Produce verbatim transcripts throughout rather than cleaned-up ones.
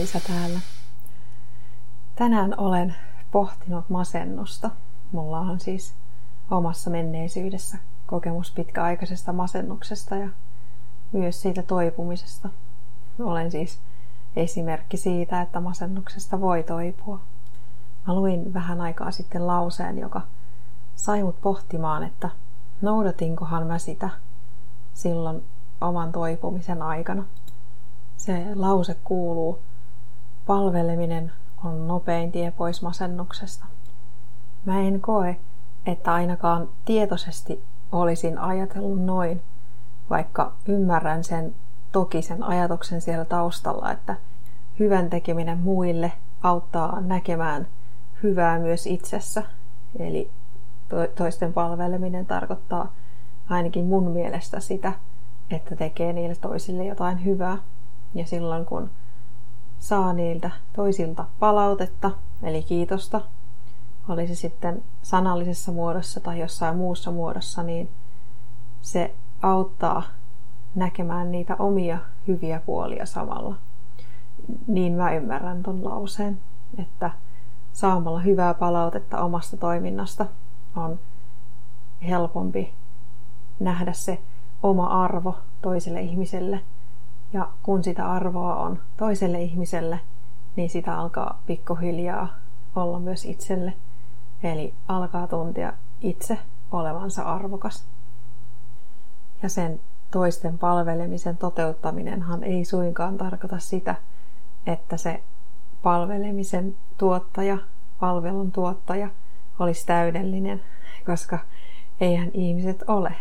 Liisa täällä. Tänään olen pohtinut masennusta. Mulla on siis omassa menneisyydessä kokemus pitkäaikaisesta masennuksesta ja myös siitä toipumisesta. Olen siis esimerkki siitä, että masennuksesta voi toipua. Mä luin vähän aikaa sitten lauseen, joka sai mut pohtimaan, että noudatinkohan mä sitä silloin oman toipumisen aikana. Se lause kuuluu: palveleminen on nopein tie pois masennuksesta. Mä en koe, että ainakaan tietoisesti olisin ajatellut noin, vaikka ymmärrän sen toki sen ajatuksen siellä taustalla, että hyvän tekeminen muille auttaa näkemään hyvää myös itsessä. Eli toisten palveleminen tarkoittaa ainakin mun mielestä sitä, että tekee niille toisille jotain hyvää. Ja silloin kun saa niiltä toisilta palautetta, eli kiitosta, oli se sitten sanallisessa muodossa tai jossain muussa muodossa, niin se auttaa näkemään niitä omia hyviä puolia samalla. Niin mä ymmärrän ton lauseen, että saamalla hyvää palautetta omasta toiminnasta on helpompi nähdä se oma arvo toiselle ihmiselle. Ja kun sitä arvoa on toiselle ihmiselle, niin sitä alkaa pikkuhiljaa olla myös itselle. Eli alkaa tuntea itse olevansa arvokas. Ja sen toisten palvelemisen toteuttaminenhan ei suinkaan tarkoita sitä, että se palvelemisen tuottaja, palvelun tuottaja olisi täydellinen, koska eihän ihmiset ole.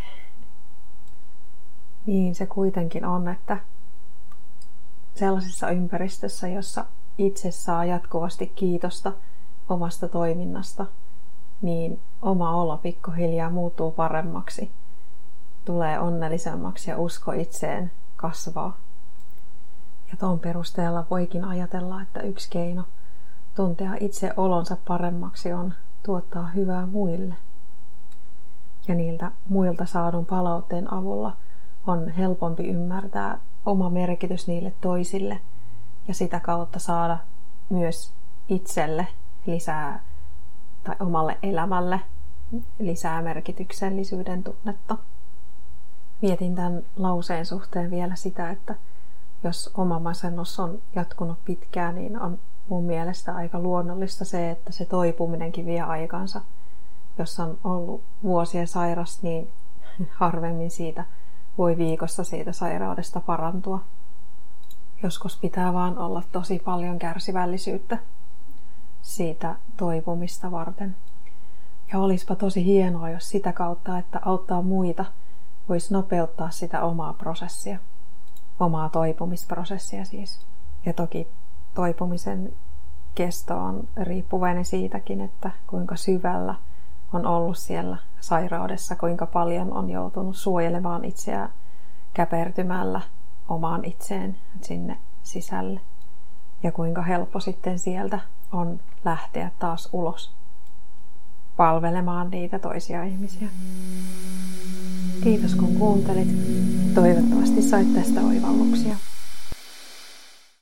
Niin se kuitenkin on, että sellaisessa ympäristössä, jossa itse saa jatkuvasti kiitosta omasta toiminnasta, niin oma olo pikkuhiljaa muuttuu paremmaksi, tulee onnellisemmaksi ja usko itseen kasvaa. Ja tuon perusteella voikin ajatella, että yksi keino tuntea itse olonsa paremmaksi on tuottaa hyvää muille. Ja niiltä muilta saadun palautteen avulla on helpompi ymmärtää oma merkitys niille toisille ja sitä kautta saada myös itselle lisää tai omalle elämälle lisää merkityksellisyyden tunnetta. Mietin tämän lauseen suhteen vielä sitä, että jos oma masennus on jatkunut pitkään, niin on mun mielestä aika luonnollista se, että se toipuminenkin vie aikansa. Jos on ollut vuosia sairas, niin harvemmin siitä voi viikossa siitä sairaudesta parantua. Joskus pitää vaan olla tosi paljon kärsivällisyyttä siitä toipumista varten. Ja olispa tosi hienoa, jos sitä kautta, että auttaa muita, voisi nopeuttaa sitä omaa prosessia. Omaa toipumisprosessia siis. Ja toki toipumisen kesto on riippuvainen siitäkin, että kuinka syvällä on ollut siellä sairaudessa, kuinka paljon on joutunut suojelemaan itseään käpertymällä omaan itseen sinne sisälle. Ja kuinka helppo sitten sieltä on lähteä taas ulos palvelemaan niitä toisia ihmisiä. Kiitos kun kuuntelit. Toivottavasti sait tästä oivalluksia.